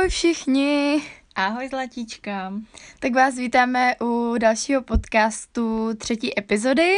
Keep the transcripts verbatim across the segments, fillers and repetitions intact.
Ahoj všichni. Ahoj zlatíčka. Tak vás vítáme u dalšího podcastu třetí epizody.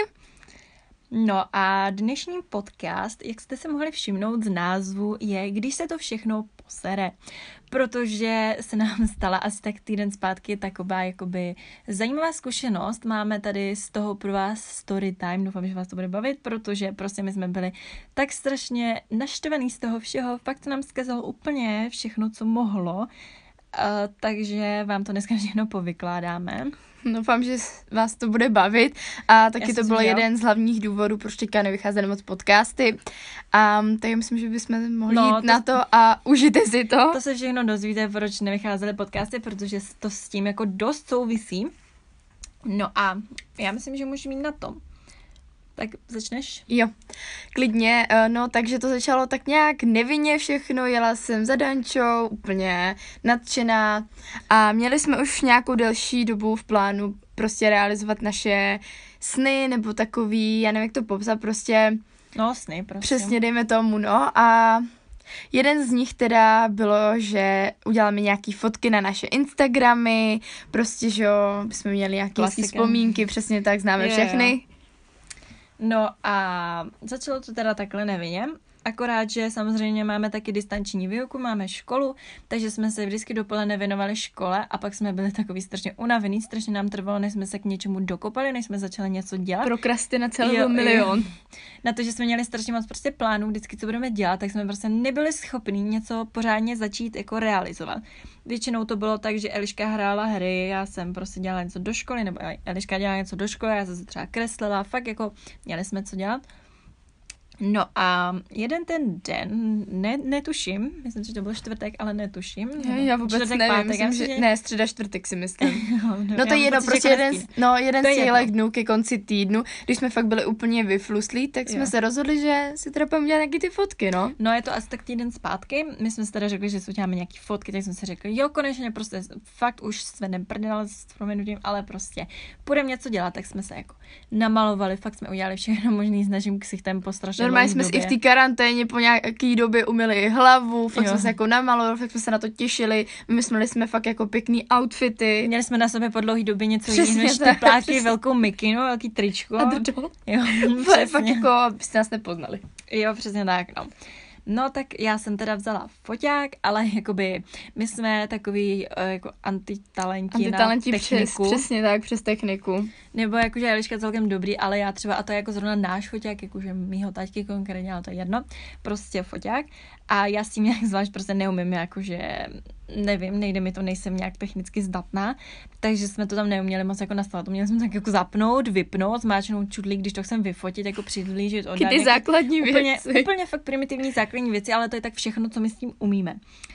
No a dnešní podcast, jak jste se mohli všimnout z názvu, je Když se to všechno posere. Protože se nám stala asi tak týden zpátky taková jakoby zajímavá zkušenost. Máme tady z toho pro vás story time, doufám, že vás to bude bavit, protože prostě my jsme byli tak strašně naštvaný z toho všeho, fakt to nám zkazalo úplně všechno, co mohlo. Uh, takže vám to dneska všechno povykládáme. Doufám, že vás to bude bavit a taky Já to byl jeden z hlavních důvodů, proč teďka nevycházely moc podcasty. A tak myslím, že bychom mohli no, jít to, na to a užijte si to. To se všechno dozvíte, proč nevycházely podcasty, protože to s tím jako dost souvisí. No a já myslím, že můžu mít na tom. Tak začneš? Jo, klidně, no takže to začalo tak nějak nevinně všechno, jela jsem za Dančou, úplně nadšená a měli jsme už nějakou delší dobu v plánu prostě realizovat naše sny nebo takový, já nevím jak to popsat, prostě... No sny prostě. Přesně, dejme tomu, no a... Jeden z nich teda bylo, že uděláme nějaký fotky na naše Instagramy, prostě, že jo, jsme měli nějaké vzpomínky, přesně tak, známe je, všechny. Jo. No a začalo to teda takhle nevinně, akorát, že samozřejmě máme taky distanční výuku, máme školu, takže jsme se vždycky dopoledne věnovali škole a pak jsme byli takový strašně unavený, strašně nám trvalo, než jsme se k něčemu dokopali, než jsme začali něco dělat. Prokrastinace byl milion. Na to, že jsme měli strašně moc prostě plánů, vždycky co budeme dělat, tak jsme prostě nebyli schopní něco pořádně začít jako realizovat. Většinou to bylo tak, že Eliška hrála hry, já jsem prostě dělala něco do školy, nebo Eliška dělala něco do školy, já jsem se třeba kreslila, fakt jako měli jsme co dělat. No a jeden ten den, ne, netuším, myslím, že to byl čtvrtek, ale netuším. Já, já vůbec čtvrtek, nevím, pátek, myslím, že... Ne, středa, čtvrtek si myslím. no, no, no to je jedno, prostě jeden, no, jeden z těch dnů ke konci týdnu, když jsme fakt byli úplně vyfluslí, tak jsme jo. se rozhodli, že si teda budeme dělat nějaký ty fotky, no. No je to asi tak týden zpátky, my jsme si teda řekli, že si uděláme nějaký fotky, tak jsme si řekli, jo, konečně prostě fakt už jsme neprdali s proměnutím, ale prostě půjdeme něco dělat, tak jsme se jako namalovali, fakt jsme udělali všechno možný s naším ksichtem postrašeným. Normálně jsme si i v té karanténě po nějaký době umyli hlavu, fakt jo. jsme se jako namalovali, fakt jsme se na to těšili, vymysleli jsme fakt jako pěkný outfity. Měli jsme na sobě po dlouhý době něco jiného než tepláky, velkou mikinu, velký tričko. A drdo. Jo, fakt jako, abyste nás nepoznali. Jo, přesně tak, no. No tak já jsem teda vzala foťák, ale jakoby my jsme takový uh, jako antitalenti, antitalenti na techniku. Přes, přesně tak, přes techniku. Nebo jakože Eliška celkem dobrý, ale já třeba, a to je jako zrovna náš foťák, jakože mýho taťky konkrétně, ale to je jedno, prostě foťák. A já s tím nějak zvlášť prostě neumím, jakože nevím, nejde mi to, nejsem nějak technicky zdatná, takže jsme to tam neuměli moc jako nastavit. Měli jsme tak jako zapnout, vypnout, zmáčknout čudlík, když to chcem vyfotit, jako přiblížit. Taky ty základní úplně, věci. Úplně fakt primitivní základní věci, ale to je tak všechno, co my s tím umíme.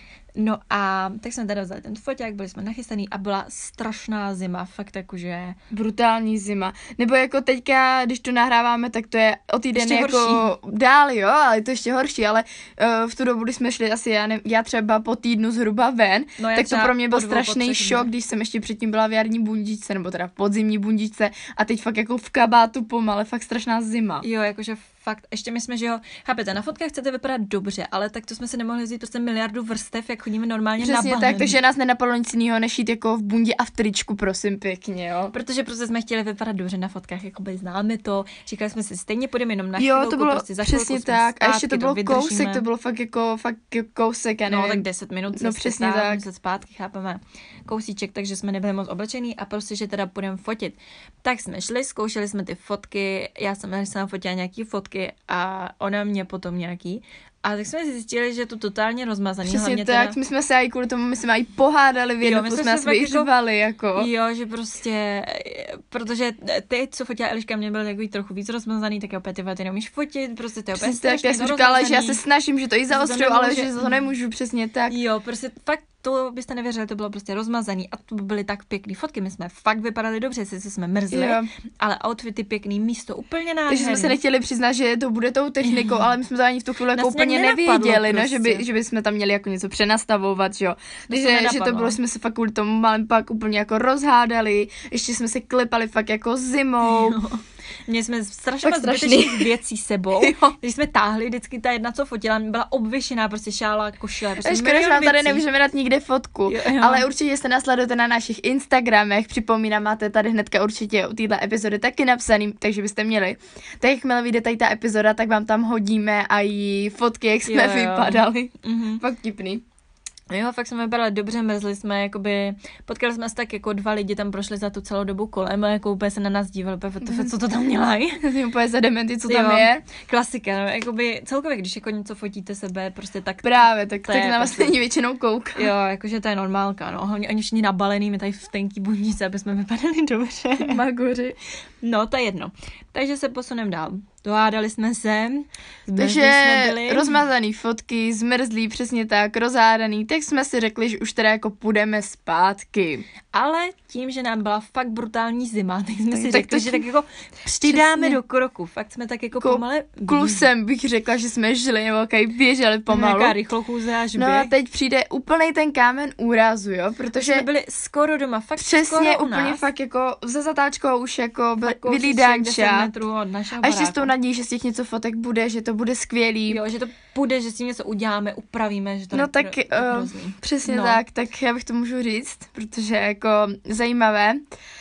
No a tak jsme teda vzali ten foťák, byli jsme nachystaný a byla strašná zima, fakt jakože... Brutální zima. Nebo jako teďka, když to nahráváme, tak to je o týden jako horší. Dál, jo, ale je to ještě horší, ale uh, v tu dobu, když jsme šli asi, já, ne, já třeba po týdnu zhruba ven, no tak to pro mě byl strašný šok, když jsem ještě předtím byla v jarní bundičce, nebo teda v podzimní bundičce a teď fakt jako v kabátu pomale, fakt strašná zima. Jo, jakože fakt, ještě my jsme, že jo, chápete, na fotkách chcete vypadat dobře, ale tak to jsme se nemohli vzít prostě miliardu vrstev, jak chodíme normálně přesně na balení. Tak, takže nás nenapadlo nic jiného, než jít jako v bundě a v tričku, prosím pěkně, jo. Protože prostě jsme chtěli vypadat dobře na fotkách, jako by známe to, říkali jsme si, stejně půjdeme jenom na jo, chvilku, to bylo prostě za přesně tak, zpátky, a ještě to bylo to kousek, to bylo fakt jako, fakt kousek, já nevím. No tak deset minut, no přesně tak. tak. Se zpátky, chápeme, kousíček, takže jsme nebyli moc oblečený a prostě, že teda půjdeme fotit. Tak jsme šli, zkoušeli jsme ty fotky, já jsem jsem fotila nějaký fotky a ona mě potom nějaký. A tak jsme zjistili, že je to totálně rozmazaný. Přesně tak, teda... my jsme se i kvůli tomu, my jsme i pohádali v jednu, jsme nás vyřvali, jako... jako... Jo, že prostě, protože ty, co fotila Eliška, mě byl takový trochu víc rozmazaný, tak opět ty ty neumíš fotit, prostě ty opět strašně tak, já jsem říkala, že já se snažím, že to i zaostřuju, ale že to nemůžu, přesně tak. Jo, prostě fakt to byste nevěřili, to bylo prostě rozmazaný a to byly tak pěkný fotky, my jsme fakt vypadali dobře, sice jsme mrzli, jo. ale outfity pěkný, místo úplně nádherný. Takže jsme se nechtěli přiznat, že to bude tou technikou, ale my jsme to ani v tu chvíli jako úplně nevěděli, prostě. no, že, by, že by jsme tam měli jako něco přenastavovat, jo. Takže že to bylo, jsme se fakt kvůli tomu malým pak úplně jako rozhádali, ještě jsme se klepali fakt jako zimou. Jo. Měli jsme strašně moc zbytečných věcí sebou, když jsme táhli, vždycky ta jedna, co fotila, byla obvěšená, prostě šála, košile. Prostě škoda, že vám tady nemůžeme dát nikde fotku, jo, jo. Ale určitě se nasledujete na našich Instagramech, připomínám, máte tady hnedka určitě u téhle epizody taky napsaný, takže byste měli. Tak jakmile vyjde tady ta epizoda, tak vám tam hodíme a i fotky, jak jsme jo, jo. vypadali. Mm-hmm. Fakt tipný. Jo, fakt jsme vypadali dobře, mrzli jsme, jakoby, potkali jsme se tak jako dva lidi, tam prošli za tu celou dobu kolem a jako úplně se na nás dívali, úplně, co to tam dělají. Úplně za dementy, co tam jo, je. Klasika, no, jakoby celkově, když jako něco fotíte sebe, prostě tak... Právě, tak, tak na vás není většinou kouk. Jo, jakože to je normálka, no, hlavně oni všichni nabalený, my tady v tenký bundice, aby jsme vypadali dobře. Magoři. No, to je jedno. Takže se posuneme dál. Dohádali jsme se, takže jsme byli. Rozmazaný fotky, zmrzlý, přesně tak, rozhádaný, tak jsme si řekli, že už teda jako půjdeme zpátky. Ale tím, že nám byla fakt brutální zima, tak jsme tak, si tak řekli, to... že tak jako přidáme do kroku. Fakt jsme tak jako Ko- pomale... Klusem bych řekla, že jsme žili, nebo kaj běželi pomalu. Nějaká rychlochůze až No a teď přijde úplnej ten kámen úrazu, jo, protože... jsme byli skoro doma, fakt přesně, skoro u úplně nás. Fakt jako za zatáčkou už jako bydlí Danča. A ještě s tou nadějí, že z těch něco fotek bude, že to bude skvělý. Jo, že to bude, že s tím něco uděláme, upravíme, že to no tak uh, přesně no. tak, tak já bych to můžu říct, protože jako zajímavé.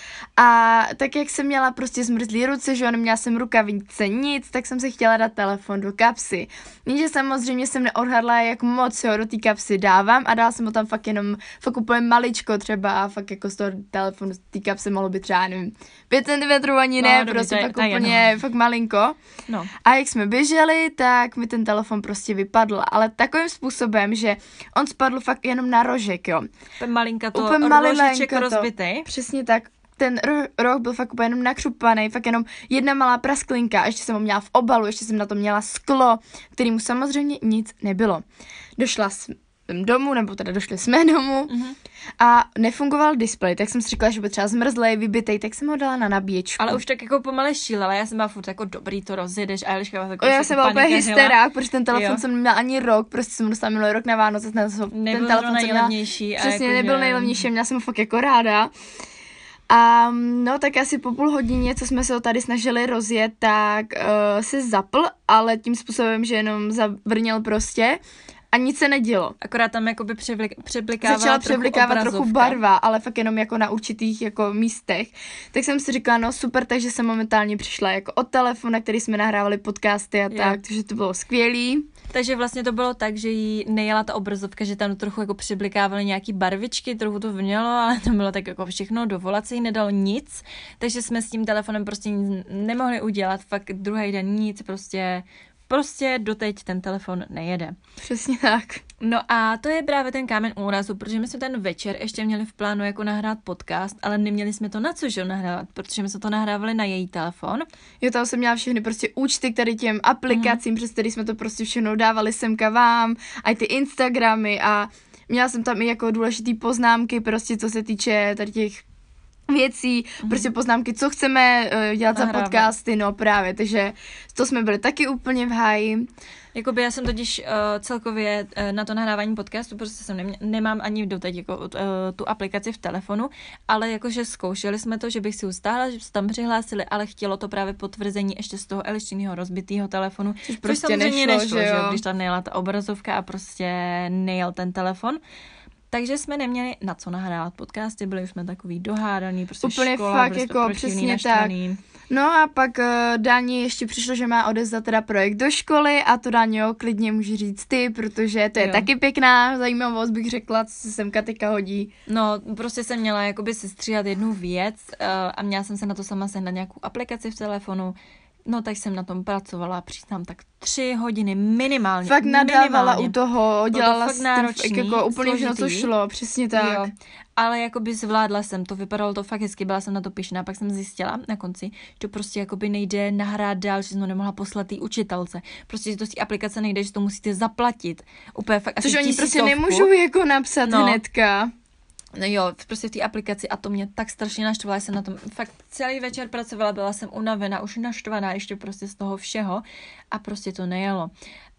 A tak jak jsem měla prostě zmrzlý ruce, že jo, neměla jsem rukavice, nic, tak jsem si chtěla dát telefon do kapsy. Jenže samozřejmě jsem neodhadla, jak moc ho do té kapsy dávám a dala jsem ho tam fakt jenom, fakt úplně maličko třeba a fakt jako z toho telefonu z té kapsy mohlo být třeba, nevím, pět centimetrů ani ne, no, prostě fakt taj, úplně, no. fakt malinko. No. A jak jsme běželi, tak mi ten telefon prostě vypadl, ale takovým způsobem, že on spadl fakt jenom na rožek, jo. Úplně malinka to, rožiček rozbitej. Přesně tak. Ten ro- roh byl fakt úplně jenom nakřupaný, fakt jenom jedna malá prasklinka, ještě jsem ho měla v obalu, ještě jsem na to měla sklo, kterému samozřejmě nic nebylo. Došla jsem domů, nebo teda došli jsme domů mm-hmm. a nefungoval displej, tak jsem si říkala, že byl třeba zmrzlej, vybitej, tak jsem ho dala na nabíječku. Ale už tak jako pomale šílela, já jsem byla furt jako dobrý, to rozjedeš a Eliška tak o, já jsem byla úplně hysterák, protože ten telefon jo. jsem neměla ani rok, prostě jsem dostala minulý rok na Vánoce, ten, ten telefon jsem měla, přesně jako nebyl že... nejlevnější, měla jsem ho fakt jako ráda. A no tak asi po půl hodině, co jsme se ho tady snažili rozjet, tak uh, se zapl, ale tím způsobem, že jenom zavrněl prostě a nic se nedělo. Akorát tam jakoby přeblik, přeblikávala Začala trochu přeblikávat obrazovka. trochu barva, ale fakt jenom jako na určitých jako místech. Tak jsem si říkala, no super, takže jsem momentálně přišla jako od telefonu, na který jsme nahrávali podcasty a jo. tak, takže to bylo skvělý. Takže vlastně to bylo tak, že jí nejela ta obrazovka, že tam trochu jako přiblikávaly nějaký barvičky, trochu to vnělo, ale to bylo tak jako všechno, dovolat se jí nedalo nic, takže jsme s tím telefonem prostě nic nemohli udělat, fakt druhý den nic, prostě Prostě doteď ten telefon nejede. Přesně tak. No a to je právě ten kámen úrazu, protože my jsme ten večer ještě měli v plánu jako nahrát podcast, ale neměli jsme to na co, že nahrávat, protože my jsme to nahrávali na její telefon. Jo, tam jsem měla všechny prostě účty k tady těm aplikacím, mm. přes který jsme to prostě všechno dávali semka vám, a ty Instagramy a měla jsem tam i jako důležitý poznámky, prostě co se týče tady těch věcí, mm-hmm. prostě poznámky, co chceme uh, dělat Nahrávat. za podcasty, no právě, takže to jsme byli taky úplně v háji. Jakoby já jsem totiž uh, celkově uh, na to nahrávání podcastu, prostě jsem nemě, nemám ani doteď jako, uh, tu aplikaci v telefonu, ale jakože zkoušeli jsme to, že bych si ustáhla, že se tam přihlásili, ale chtělo to právě potvrzení ještě z toho Eliščinýho rozbitýho telefonu, což prostě samozřejmě nešlo, nešlo že jo? Když tam nejela ta obrazovka a prostě nejel ten telefon. Takže jsme neměli na co nahrávat podcasty, byli jsme takový dohádaný, prostě úplně škola, fakt, jako přesně naštvaný. Tak. No a pak uh, Dáni ještě přišlo, že má odezdat teda projekt do školy a to Dáňo klidně může říct ty, protože to je jo. taky pěkná zajímavost, bych řekla, co se sem Katika hodí. No, prostě jsem měla jakoby sestříhat jednu věc uh, a měla jsem se na to sama sehnat nějakou aplikaci v telefonu. No, tak jsem na tom pracovala, přiznám, tak tři hodiny minimálně. Fakt nadávala u toho, dělala to náročný, jako úplně, že na to šlo, přesně tak. Jo. Ale jakoby zvládla jsem to, vypadalo to fakt hezky, byla jsem na to pyšná, pak jsem zjistila na konci, že to prostě jakoby nejde nahrát dál, že jsem to nemohla poslat té učitelce. Prostě, že to z té aplikace nejde, že to musíte zaplatit. Úplně fakt Což asi oni prostě nemůžou jako napsat no. hnedka. No jo, prostě v té aplikaci a to mě tak strašně naštvalo, jsem na tom fakt celý večer pracovala, byla jsem unavená, už naštvaná ještě prostě z toho všeho a prostě to nejelo.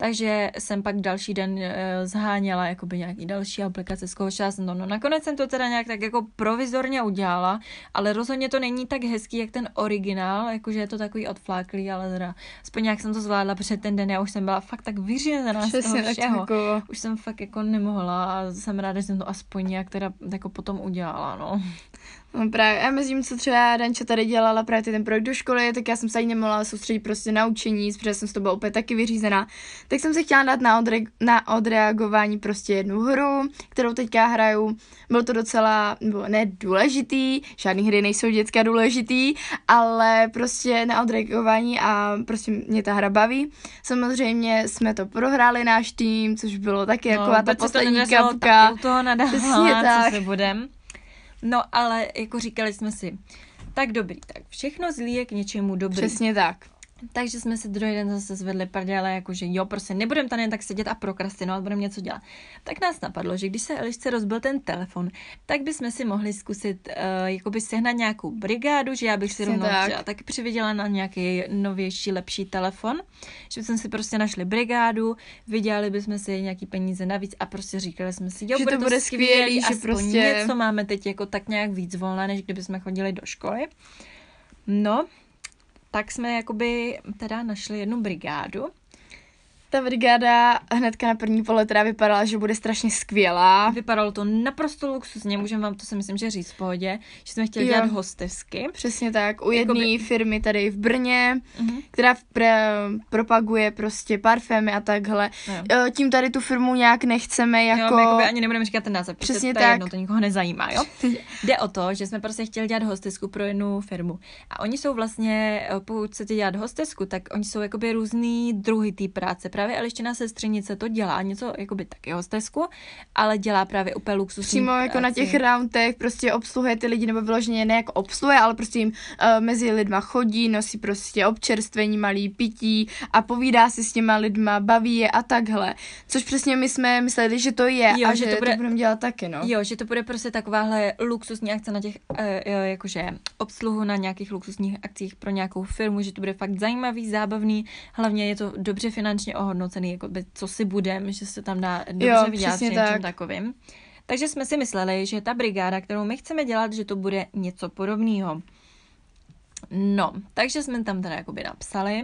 Takže jsem pak další den uh, zháněla jakoby nějaký další aplikace, zkoušela jsem to. No nakonec jsem to teda nějak tak jako provizorně udělala, ale rozhodně to není tak hezký, jak ten originál, jakože je to takový odfláklý, ale teda aspoň nějak jsem to zvládla, protože ten den já už jsem byla fakt tak vyřízená z toho všeho. Jako... Už jsem fakt jako nemohla a jsem ráda, že jsem to aspoň nějak teda jako potom udělala, no. No právě, a mezi tím, co třeba Danča tady dělala právě ten projekt do školy, tak já jsem se ani nemohla soustředit prostě na učení, protože jsem z toho byla úplně taky vyřízená. Tak jsem se chtěla dát na, odre- na odreagování prostě jednu hru, kterou teďka hraju. Bylo to docela, nebo ne důležitý, žádný hry nejsou děcka důležitý, ale prostě na odreagování a prostě mě ta hra baví. Samozřejmě jsme to prohráli náš tým, což bylo taky no, jako ta poslední kapka. U toho nadávala, co se budem. No, ale jako říkali jsme si, tak dobrý, tak všechno zlý je k něčemu dobrý. Přesně tak. Takže jsme si druhý den zase zvedli prdele, jakože jo, prostě nebudeme tady jen tak sedět a prokrastinovat, budeme něco dělat. Tak nás napadlo, že když se Elišce rozbil ten telefon, tak bychom si mohli zkusit uh, jakoby sehnat nějakou brigádu, že já bych si rovnou tak. taky přivydělala na nějaký novější, lepší telefon, že bychom si prostě našli brigádu, vydělali bychom si nějaký peníze navíc a prostě říkali jsme si, jo, že bude to bude skvělý, skvělý že prostě něco máme teď jako tak nějak víc volna, než kdybychom chodili do školy. No, tak jsme jakoby teda našli jednu brigádu. Ta brigáda hnedka na první pohled teda vypadala, že bude strašně skvělá. Vypadalo to naprosto luxusně, můžeme vám to si myslím, že říct v pohodě, že jsme chtěli jo. dělat hostesky. Přesně tak, u jedné Jakoby... firmy tady v Brně, uh-huh. která pre- propaguje prostě parfémy a takhle. Jo. Tím tady tu firmu nějak nechceme jako... Jo, my ani nebudeme říkat ten název, přesně tak. Jedno, to nikoho nezajímá, jo? Jde o to, že jsme prostě chtěli dělat hostesku pro jednu firmu. A oni jsou vlastně, pokud chcete dělat hostesku, tak oni jsou jakoby různý druhy té práce. Právě Eliščina sestřenice to dělá něco jakoby taky hostesku, ale dělá právě úplně luxusní přímo práci. Jako na těch roundech prostě obsluhuje ty lidi, nebo vyloženě ne jako obsluhuje, ale prostě jim uh, mezi lidma chodí, nosí prostě občerstvení, malý pití a povídá si s těma lidma, baví je a takhle. Což přesně my jsme mysleli, že to je jo, a že, že to, bude, to budeme dělat taky, no. Jo, že to bude prostě takováhle luxusní akce na těch, uh, jakože obsluhu na nějakých luxusních akcích pro nějakou firmu, že to bude fakt zajímavý, zábavný, hlavně je to dobře finančně ohodnocený, jako by, co si budem, že se tam dá dobře jo, vydělat s něčím tak. takovým. Takže jsme si mysleli, že ta brigáda, kterou my chceme dělat, že to bude něco podobného. No, takže jsme tam teda jakoby napsali,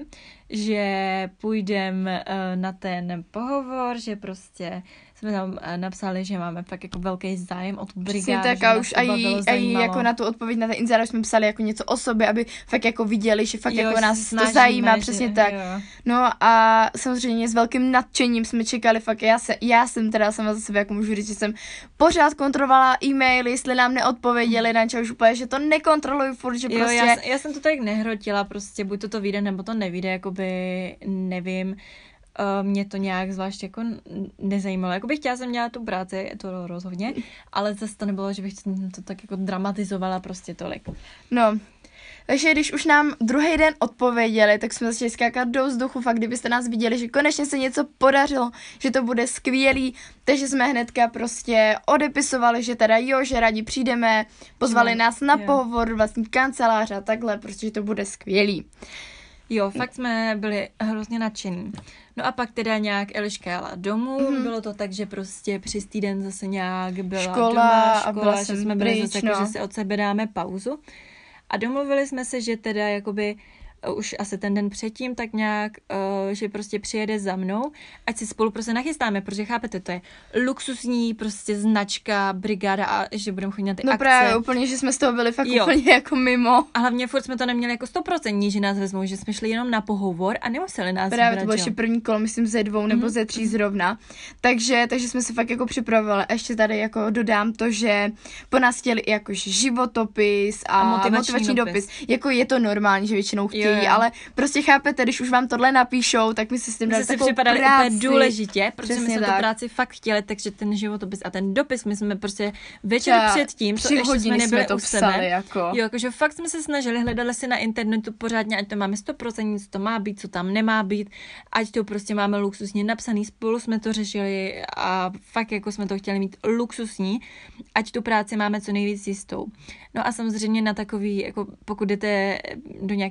že půjdeme uh, na ten pohovor, že prostě jsme tam napsali, že máme fakt jako velký zájem o tu brigádu. Tak a už i jako na tu odpověď na ten inzerát jsme psali jako něco o sobě, aby fakt jako viděli, že fakt jo, jako nás snažíme, to zajímá, že, přesně tak. Jo. No a samozřejmě s velkým nadšením jsme čekali, fakt já, se, já jsem teda sama za sebe, jako můžu říct, že jsem pořád kontrolovala e-maily, jestli nám neodpověděli, Danča už úplně, že to nekontroluji furt, že jo, prostě... Já, já jsem to tak nehrotila, prostě buď to to vyjde, nebo to nevyjde, jakoby nevím. Uh, mě to nějak zvlášť jako nezajímalo. Jako bych chtěla jsem dělat tu práci, to rozhodně, ale zase to nebylo, že bych to tak jako dramatizovala prostě tolik. No, takže když už nám druhý den odpověděli, tak jsme začali skákat do vzduchu, fakt kdybyste nás viděli, že konečně se něco podařilo, že to bude skvělý, takže jsme hnedka prostě odepisovali, že teda jo, že rádi přijdeme, pozvali no, nás na jo. pohovor, vlastní kancelář a takhle, prostě to bude skvělý. Jo, fakt jsme byli hrozně nadšení. No a pak teda nějak Eliška jela domů, mm-hmm. bylo to tak, že prostě přes týden zase nějak byla škola, doma, škola, a byla že jsme byli zase no. jako, že si od sebe dáme pauzu. A domluvili jsme se, že teda jakoby už asi ten den předtím, tak nějak, uh, že prostě přijede za mnou, ať si spolu prostě nachystáme, protože chápete, to je luxusní prostě značka, brigáda a že budeme chodit na ty no akce. No právě úplně, že jsme z toho byli fakt jo. úplně jako mimo. A hlavně furt jsme to neměli jako sto procent, že nás vezmou, že jsme šli jenom na pohovor a nemuseli nás právě vybrat, to bylo ještě první kolo, myslím ze dvou nebo mm-hmm. ze tří zrovna. Takže, takže jsme se fakt jako připravovali. A ještě tady jako dodám to, že po nás chtěli i jakož životopis a, a motivační, motivační dopis. dopis. Jako je to normální, že většinou chtějí, jo, jo. ale prostě chápete, když už vám tohle napíšou, tak my si s tím dali takovou připadali práci. Úplně důležitě, protože přesně my jsme tak. tu práci fakt chtěli, takže ten životopis a ten dopis my jsme prostě večer před tím, co ještě jsme nebyli jsme to u sebe. Jako. Jo, jakože fakt jsme se snažili, hledali si na internetu pořádně, ať to máme sto procent, co to má být, co tam nemá být, ať to prostě máme luxusně napsaný, spolu jsme to řešili a fakt jako jsme to chtěli mít luxusní, ať tu práci máme co nejvíc jistou. No a samozřejmě na takový, jako pokud jdete do nějaký práce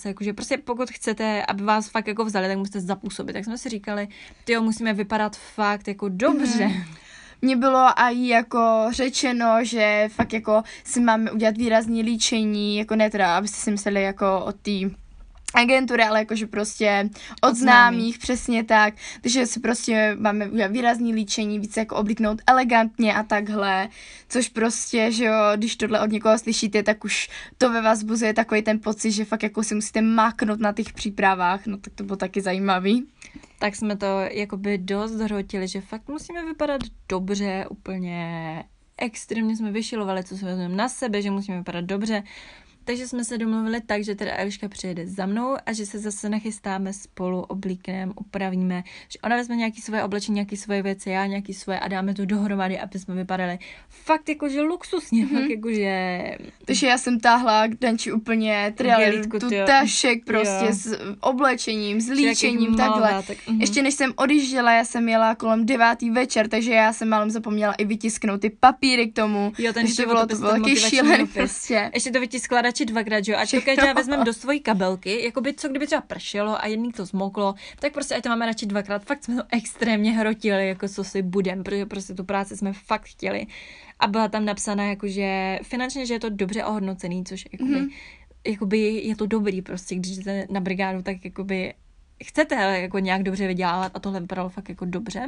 práce, jakože prostě pokud chcete, aby vás fakt jako vzali, tak musíte zapůsobit. Tak jsme si říkali, tyjo, musíme vypadat fakt jako dobře. Mm. Mně bylo i jako řečeno, že fakt jako si máme udělat výrazný líčení, jako ne teda, abyste si mysleli jako od té agentury, ale jakože prostě od, od známých, přesně tak, takže si prostě máme udělat výrazný líčení, více jako oblíknout elegantně a takhle, což prostě, že jo, když tohle od někoho slyšíte, tak už to ve vás buzuje takový ten pocit, že fakt jako si musíte máknout na těch přípravách, no tak to bylo taky zajímavý. Tak jsme to jakoby dost zhrotili, že fakt musíme vypadat dobře, úplně extrémně jsme vyšilovali, co si vezmeme na sebe, že musíme vypadat dobře. Takže jsme se domluvili tak, že teda Eliška přijede za mnou a že se zase nachystáme spolu, oblíkneme, upravíme, že ona vezme nějaký svoje oblečení, nějaký svoje věci, já nějaký svoje a dáme to dohromady, aby jsme vypadali fakt jakože luxusně, mm-hmm. fakt jakože... Takže já jsem táhla k Danči úplně trialitku, tu tašek prostě jo. s oblečením, s líčením, takhle. Tak, mm-hmm. Ještě než jsem odjížděla, já jsem jela kolem devátý večer, takže já jsem málem zapomněla i vytisknout ty papíry k tomu. Jo, ten to bylo, to bylo taky šílený prostě. Ještě to vytiskla radši dvakrát, jo, a to každá vezmeme do svojí kabelky, jakoby co kdyby třeba pršelo a jedný to zmoklo, tak prostě ať to máme radši dvakrát, fakt jsme to extrémně hrotili, jako co si budem, protože prostě tu práci jsme fakt chtěli a byla tam napsána jakože finančně, že je to dobře ohodnocený, což jakoby, mm-hmm. jakoby je to dobrý prostě, když jdete na brigádu, tak jakoby chcete jako nějak dobře vydělávat a tohle vypadalo fakt jako dobře.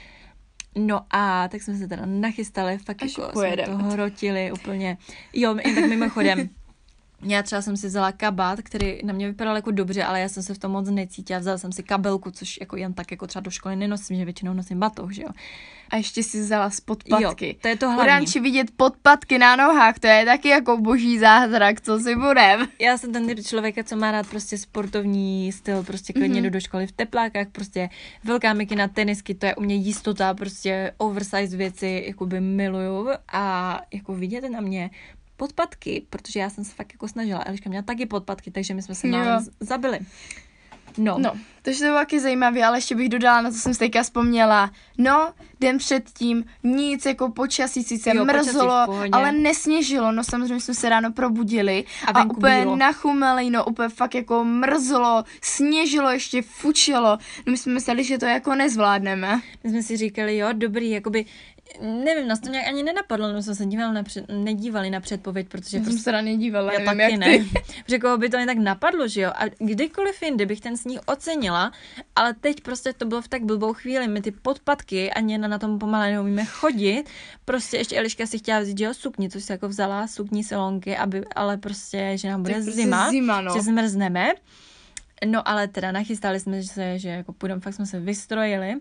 No a tak jsme se teda nachystali, fakt až jako pojedeme. Jsme to hrotili úplně. Jo, jen tak mimochodem. Já třeba jsem si vzala kabát, který na mě vypadal jako dobře, ale já jsem se v tom moc necítila. Vzala jsem si kabelku, což jako jen tak jako třeba do školy nenosím, že většinou nosím batoh, že jo. A ještě si vzala z podpatky. Jo, to je to hlavní. Uranči vidět podpatky na nohách, to je taky jako boží zázrak, co si budem. Já jsem ten typ člověka, co má rád prostě sportovní styl, prostě klidně mm-hmm. jdu do školy v teplákách, prostě velká mikina, tenisky, to je u mě jistota, prostě oversize věci, jakoby miluju a jako vidět na mě podpatky, protože já jsem se fakt jako snažila. Eliška měla taky podpatky, takže my jsme se nám zabili. No. No, takže to bylo taky zajímavé, ale ještě bych dodala, na co jsem si teďka vzpomněla. No, den předtím nic, jako počasí sice jo, mrzlo, ale nesněžilo, no samozřejmě jsme se ráno probudili a, a úplně bylo. Nachumeli, no úplně fakt jako mrzlo, sněžilo, ještě fučilo, no my jsme mysleli, že to jako nezvládneme. My jsme si říkali, jo, dobrý, jakoby nevím, nás to nějak ani nenapadlo, no jsme se dívali na před, nedívali na předpověď, protože... Já prostě, jsem se rád nedívala, já nevím, taky jak ne. ty. Protože koho by to jen tak napadlo, že jo? A kdykoliv jindy bych ten sníh ocenila, ale teď prostě to bylo v tak blbou chvíli, my ty podpatky ani na, na tom pomalé neumíme chodit, prostě ještě Eliška si chtěla vzít, že jo, sukni, což si jako vzala, sukni silonky, aby, ale prostě, že nám bude prostě zima, zima no. že zmrzneme. No ale teda nachystali jsme se, že jako půjdeme, fakt jsme se vystrojili.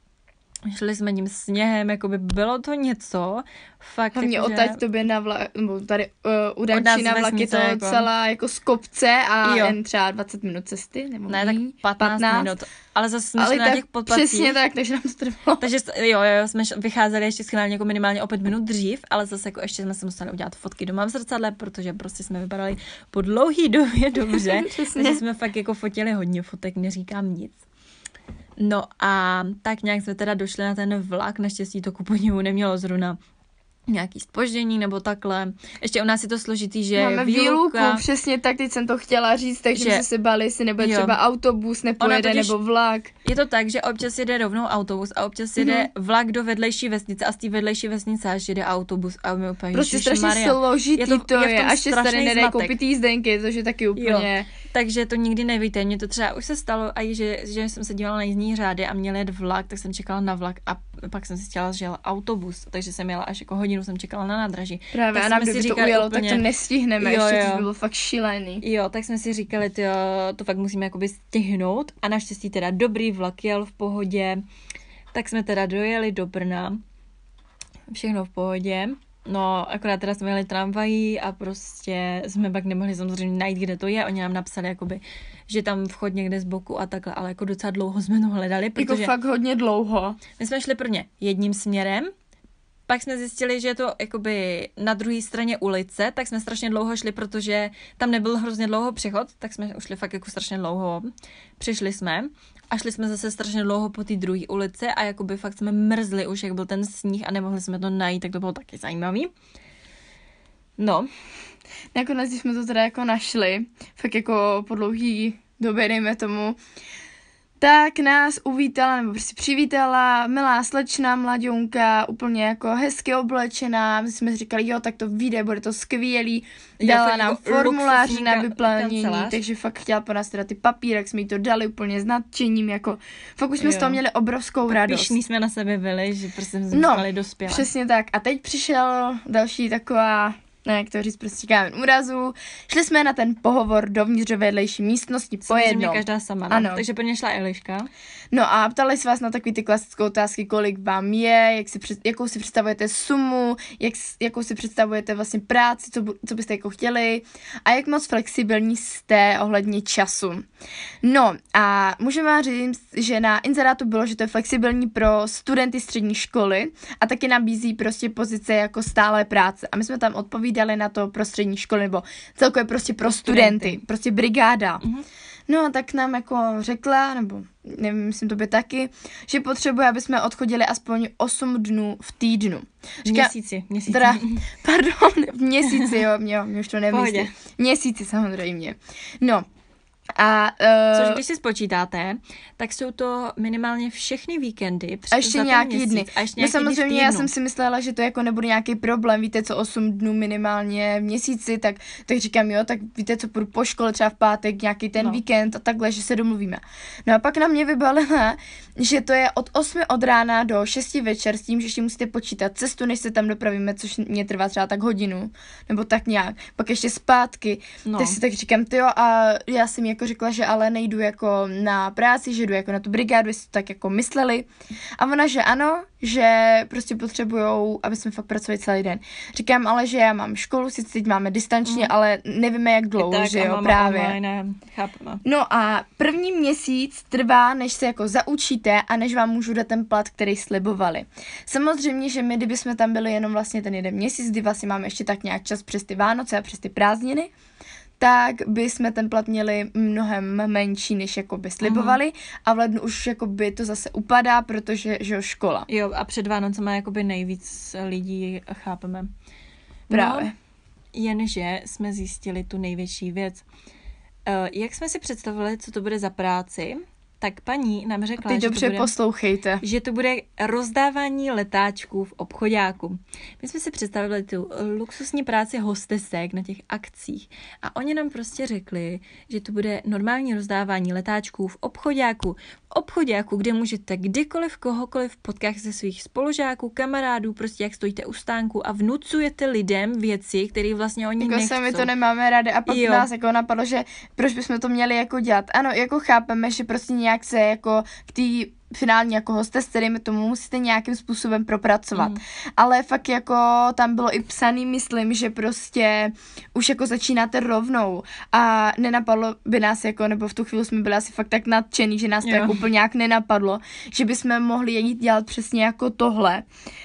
Šli jsme tím sněhem, jako by bylo to něco, fakt hlavně jako, odtaď že... tobě na vlak, nebo tady uh, u Danči na vlak je to jako... celá jako z kopce a jo. jen třeba dvacet minut cesty, nebo ne, tak patnáct, patnáct minut, ale zase jsme šli na těch podpatcích. Přesně tak, takže nám to trvalo. Takže jo, jo, jsme vycházeli ještě schválně jako minimálně o pět minut dřív, ale zase jako ještě jsme se museli udělat fotky doma v zrcadle, protože prostě jsme vypadali po dlouhý době dobře, takže jsme fakt jako fotili hodně fotek, neříkám nic. No a tak nějak jsme teda došli na ten vlak, naštěstí to ku podivu nemělo zrovna nějaký zpoždění nebo takhle. Ještě u nás je to složitý, že máme výluku, přesně tak, teď jsem to chtěla říct, takže že... jsme se báli, jestli nebude jo. třeba autobus, nepojede totiž, nebo vlak. Je to tak, že občas jede rovnou autobus a občas jede mm-hmm. vlak do vedlejší vesnice a z té vedlejší vesnice až jede autobus a my úplně prostě strašně složitý je to, to je, je až se tady nedej koupit jízdenky, což je taky úplně... Jo. Takže to nikdy nevíte, mně to třeba už se stalo, a že, že jsem se dívala na jízdní řády a měl jet vlak, tak jsem čekala na vlak a pak jsem si chtěla, že jel autobus, takže jsem jela až jako hodinu, jsem čekala na nádraží. Právě, tak a nám kdyby to ujelo, úplně... tak to nestihneme, jo, ještě jo. to bylo fakt šílený. Jo, tak jsme si říkali, tyjo, to fakt musíme jakoby stihnout a naštěstí teda dobrý vlak jel v pohodě, tak jsme teda dojeli do Brna, všechno v pohodě. No, akorát teda jsme jeli tramvají a prostě jsme pak nemohli samozřejmě najít, kde to je. Oni nám napsali, jakoby, že tam vchod někde z boku a takhle, ale jako docela dlouho jsme to hledali, protože... Jako fakt hodně dlouho. My jsme šli prvně jedním směrem, pak jsme zjistili, že je to jakoby na druhé straně ulice, tak jsme strašně dlouho šli, protože tam nebyl hrozně dlouho přechod, tak jsme ušli fakt jako strašně dlouho. Přišli jsme a šli jsme zase strašně dlouho po té druhé ulici a jakoby fakt jsme mrzli už, jak byl ten sníh a nemohli jsme to najít, tak to bylo taky zajímavý. No. Nakonec, když jsme to teda jako našli, fakt jako po dlouhý době, dejme tomu, tak nás uvítala, nebo prostě přivítala milá slečna, mladionka, úplně jako hezky oblečená. My jsme říkali, jo, tak to vyjde, bude to skvělý. Dala nám jako formulář na vyplnění, takže fakt chtěla po nás teda ty papírek, jsme jí to dali úplně s nadšením, jako fakt už jsme jo. z toho měli obrovskou tak radost. Pišní jsme na sebe byli, že prostě jsme no, byli dospělé. Přesně tak. A teď přišel další taková, ne, jak to říct, prostě kámen úrazu. Šli jsme na ten pohovor dovnitř vedlejší místnosti po jednom. Každá sama, no. Ano. Takže prvně šla Eliška. No a ptali se vás na takové ty klasické otázky, kolik vám je, jak si, jakou si představujete sumu, jak, jakou si představujete vlastně práci, co, co byste jako chtěli a jak moc flexibilní jste ohledně času. No a můžeme vám říct, že na inzerátu bylo, že to je flexibilní pro studenty střední školy a taky nabízí prostě pozice jako stálé práce. A my jsme tam odpovídali na to pro střední školy, nebo celkově prostě pro, pro studenty, studenty, prostě brigáda. Uh-huh. No, tak nám jako řekla, nebo nevím, myslím to by taky, že potřebuje, aby jsme odchodili aspoň osm dnů v týdnu. Říká, měsíci, měsíci. Teda, pardon, v měsíci, jo, mě, mě už to nemyslí. Měsíci samozřejmě. No, a, uh, což když si spočítáte, tak jsou to minimálně všechny víkendy. A ještě nějaký měsíc, dny. A ještě no samozřejmě já jsem si myslela, že to jako nebude nějaký problém, víte co, osm dnů minimálně v měsíci, tak, tak říkám jo, tak víte co, půjdu po škole třeba v pátek, nějaký ten no. víkend a takhle, že se domluvíme. No a pak na mě vybalila, že to je od osmi od rána do šesti večer s tím, že ještě musíte počítat cestu, než se tam dopravíme, což mě trvá třeba tak hodinu, nebo tak nějak. Pak ještě zpátky. No. Tak si tak říkám, tyjo, a já jsem jako řekla, že ale nejdu jako na práci, že jdu jako na tu brigádu, jestli to tak jako mysleli. A ona, že ano, že prostě potřebujou, aby jsme fakt pracovali celý den. Říkám ale, že já mám školu, sice teď máme distančně, mm. ale nevíme jak dlouho, tak, že jo, právě. Online, chápeme. No a první měsíc trvá, než se jako zaučíte a než vám můžu dát ten plat, který slibovali. Samozřejmě, že my, kdybychom tam byli jenom vlastně ten jeden měsíc, kdy vlastně máme ještě tak nějak čas přes ty Vánoce a přes ty prázdniny, tak by jsme ten plat měli mnohem menší, než jako by slibovali uh-huh. a v lednu už jako by to zase upadá, protože, že jo, škola. Jo, a před Vánocema jakoby nejvíc lidí chápeme. Právě. No, jenže jsme zjistili tu největší věc. Uh, jak jsme si představili, co to bude za práci, tak paní nám řekla, že, dobře to bude, poslouchejte. že to bude rozdávání letáčků v obchoďáku. My jsme si představili tu luxusní práci hostesek na těch akcích a oni nám prostě řekli, že to bude normální rozdávání letáčků v obchoďáku. V obchoďáku, kde můžete kdykoliv, kohokoliv potkat ze svých spolužáků, kamarádů, prostě jak stojíte u stánku a vnucujete lidem věci, které vlastně oni jako nechcou. Jako my to nemáme rádi a pak jo. nás jako napadlo, že proč bychom to měli jako dělat. Ano, jako chápeme, že prostě nějak se jako k té finální jako hostess, kterým tomu musíte nějakým způsobem propracovat. Mm. Ale fakt jako tam bylo i psaný, myslím, že prostě už jako začínáte rovnou a nenapadlo by nás jako, nebo v tu chvíli jsme byli asi fakt tak nadšený, že nás to jako úplně nějak nenapadlo, že bychom mohli jít dělat přesně jako tohle.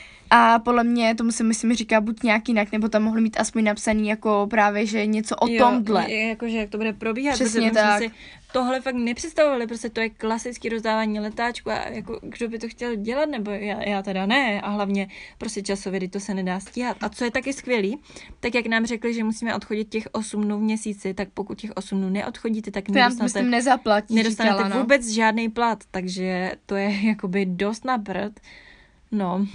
A podle mě tomu se myslím říká buď nějak jinak, nebo tam mohli mít aspoň napsaný jako právě, že něco o jo, tomhle. Jakože jak to bude probíhat. Přesně tak. Si tohle fakt nepředstavovali, prostě to je klasický rozdávání letáčku a jako kdo by to chtěl dělat, nebo já, já teda ne a hlavně prostě časově, kdy to se nedá stíhat. A co je taky skvělý, tak jak nám řekli, že musíme odchodit těch osm dnů v měsíci, tak pokud těch osm dnů neodchodíte, tak nedostanete, nezaplatí, nedostanete říkala, no. vůbec žádný plat, takže to je jakoby dost na prd. No.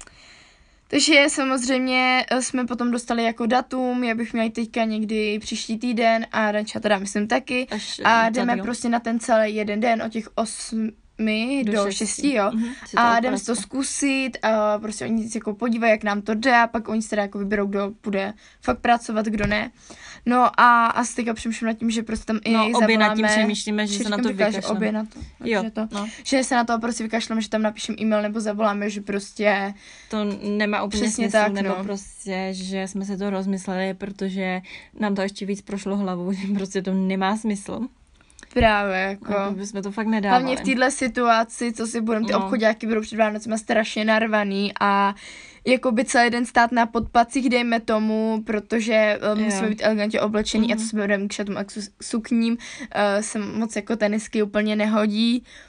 Takže samozřejmě jsme potom dostali jako datum, já bych měla teďka někdy příští týden a Ranča teda myslím taky Až a jdeme tady, prostě na ten celý jeden den od těch osmi do, do šesti, jo. Mm-hmm, a jdeme si to zkusit a prostě oni si jako podívají, jak nám to jde a pak oni se teda jako vyberou, kdo bude fakt pracovat, kdo ne. No a asi teďka přemýšlím nad tím, že prostě tam i no, zavoláme. obě nad tím přemýšlíme, že se na to vykašleme. Obě na to. Jo, že, to no. že se na to prostě vykašleme, že tam napíšem e-mail nebo zavoláme, že prostě to nemá úplně přesně smysl, tak, nebo no. prostě, že jsme se to rozmysleli, protože nám to ještě víc prošlo hlavou, že prostě to nemá smysl. Právě, jako. Jako bychom to fakt nedávali. Hlavně v téhle situaci, co si budeme, ty no. obchoďáky budou před Vánocema strašně narvaný a jako by celý den stát na podpacích, dejme tomu, protože uh, musíme být elegantně oblečení mm-hmm. a co se budeme k šatům a k sukním, uh, se moc jako tenisky úplně nehodí.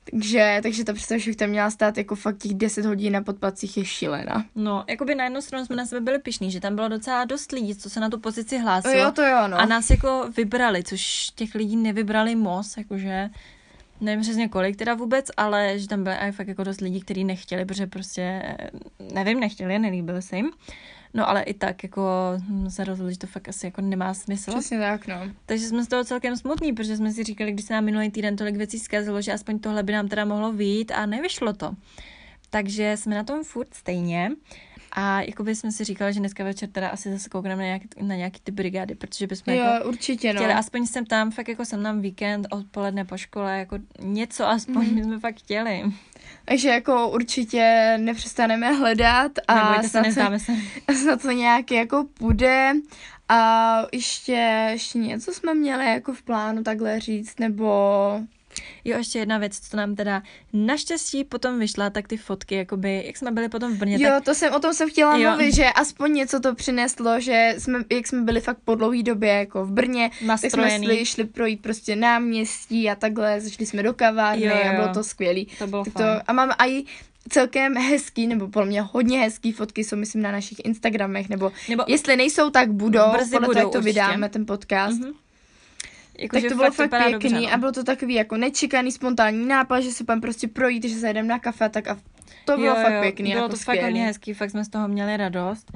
Takže, takže ta představa, že bych tam měla stát jako fakt těch deset hodin na podpacích je šílená. No, jakoby na jednu stranu jsme na sebe byli pyšní, že tam bylo docela dost lidí, co se na tu pozici hlásilo. Jo, to jo, no. A nás jako vybrali, což těch lidí nevybrali moc, jakože nevím přesně kolik teda vůbec, ale že tam byly aj fakt jako dost lidí, kteří nechtěli, protože prostě, nevím, nechtěli, nelíbili se jim. No ale i tak jako se rozhodli, že to fakt asi jako nemá smysl. Přesně tak, no. Takže jsme z toho celkem smutní, protože jsme si říkali, když se nám minulý týden tolik věcí zkazilo, že aspoň tohle by nám teda mohlo vyjít a nevyšlo to. Takže jsme na tom furt stejně. A jakoby jsme si říkali, že dneska večer teda asi zase koukneme na nějaký, na nějaký ty brigády, protože bychom jo, jako určitě, no. chtěli, aspoň jsem tam, fakt jako jsem tam víkend, odpoledne po škole, jako něco aspoň mm. jsme fakt chtěli. Takže jako určitě nepřestaneme hledat a snad, se, se. snad to nějak jako půjde. A ještě, ještě něco jsme měli jako v plánu takhle říct, nebo... Jo, ještě jedna věc, co nám teda naštěstí potom vyšla, tak ty fotky, jakoby, jak jsme byli potom v Brně, jo, tak... to jsem, o tom jsem chtěla jo. mluvit, že aspoň něco to přineslo, že jsme, jak jsme byli fakt po dlouhý době jako v Brně, nastrojený. Tak jsme šli, šli projít prostě náměstí a takhle, zašli jsme do kavárny jo, jo. a bylo to skvělý. To bylo tak fajn. To, a máme i celkem hezký, nebo podle mě hodně hezký fotky jsou, myslím, na našich Instagramech, nebo, nebo jestli nejsou, tak budou, brzy podle budou, toho, jak to určitě. Vydáme, ten podcast. Mm-hmm. Jako, tak to bylo fakt pěkný dobře, no. A bylo to takový jako nečekaný, spontánní nápad, že se pan prostě projít, že zajdeme na kafe, tak a to bylo jo, fakt jo, pěkný. Bylo jako to skvělý. fakt hodně hezký, fakt jsme z toho měli radost.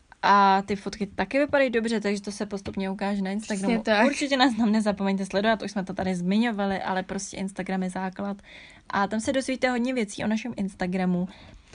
A ty fotky taky vypadají dobře, takže to se postupně ukáže na Instagramu. Určitě nás tam nezapomeňte sledovat, už jsme to tady zmiňovali, ale prostě Instagram je základ. A tam se dozvíte hodně věcí o našem Instagramu.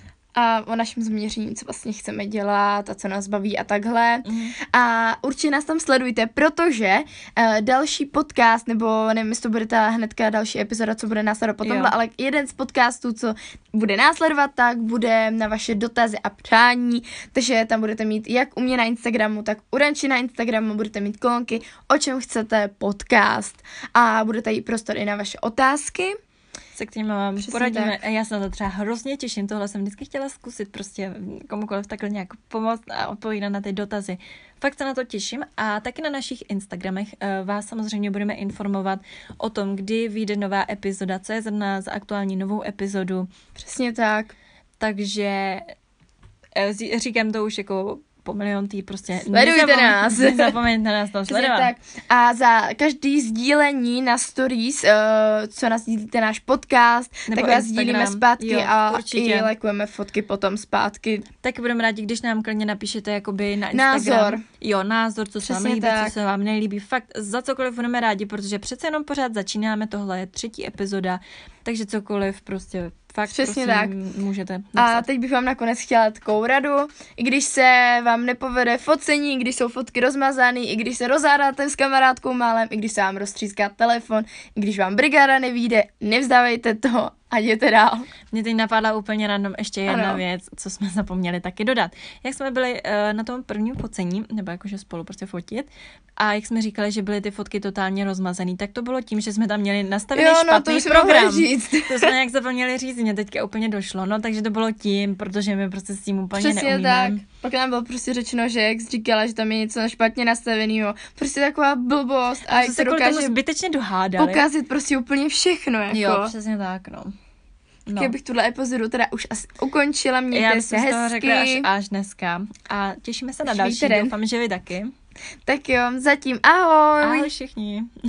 A o našem zaměření, co vlastně chceme dělat a co nás baví a takhle. Mm. A určitě nás tam sledujte, protože uh, další podcast, nebo nevím, jestli to bude ta hnedka další epizoda, co bude následovat potom, ale jeden z podcastů, co bude následovat, tak bude na vaše dotazy a přání, takže tam budete mít jak u mě na Instagramu, tak u Ranči na Instagramu, budete mít kolonky, o čem chcete podcast a budete jí prostor i na vaše otázky. Se kterými vám Přesně poradíme. Tak. Já se na to třeba hrozně těším. Tohle jsem vždycky chtěla zkusit prostě komukoliv takhle nějak pomoct a odpovídat na ty dotazy. Fakt se na to těším a taky na našich Instagramech vás samozřejmě budeme informovat o tom, kdy vyjde nová epizoda, co je zrovna za aktuální novou epizodu. Přesně tak. Takže říkám to už jako po milion tý, prostě sledujte nezapom- nás. Nezapomeňte nás tam sledovat. Tak. A za každý sdílení na stories, uh, co nás sdílíte náš podcast, nebo tak vás sdílíme zpátky jo, a určitě. I lajkujeme fotky potom zpátky. Tak budeme rádi, když nám klidně napíšete jakoby na Instagram. Názor. Jo, názor, co se vám líbí, tak. co se vám nelíbí. Fakt za cokoliv budeme rádi, protože přece jenom pořád začínáme, tohle je třetí epizoda, takže cokoliv prostě fakt přesně prosím, tak. Můžete napsat. A teď bych vám nakonec chtěla takovou radu, i když se vám nepovede focení, i když jsou fotky rozmazané, i když se rozhádáte s kamarádkou málem, i když se vám roztříská telefon, i když vám brigáda nevyjde, nevzdávejte to a jděte dál. Mně teď napadla úplně random ještě jedna ano. věc, co jsme zapomněli taky dodat. Jak jsme byli uh, na tom prvním focení, nebo jakože spolu prostě fotit, a jak jsme říkali, že byly ty fotky totálně rozmazaný, tak to bylo tím, že jsme tam měli nastavený jo, no, špatný to program. Říct. To jsme nějak zapomněli říct, mě teďka úplně došlo, no, takže to bylo tím, protože my prostě s tím úplně přesně neumíme. Tak. Pak nám bylo prostě řečeno, že jak jsi říkala, že tam je něco špatně nastaveného. Prostě taková blbost a, a jak se dokáže zbytečně dohádali. Pokazit prostě úplně všechno, jako. Jo, přesně tak, no. No. Tak bych tuhle epizodu teda už asi ukončila, mějte se hezky. Já bych řekla až, až dneska. A těšíme se na další, doufám, že vy taky. Tak jo, zatím ahoj. Ahoj všichni.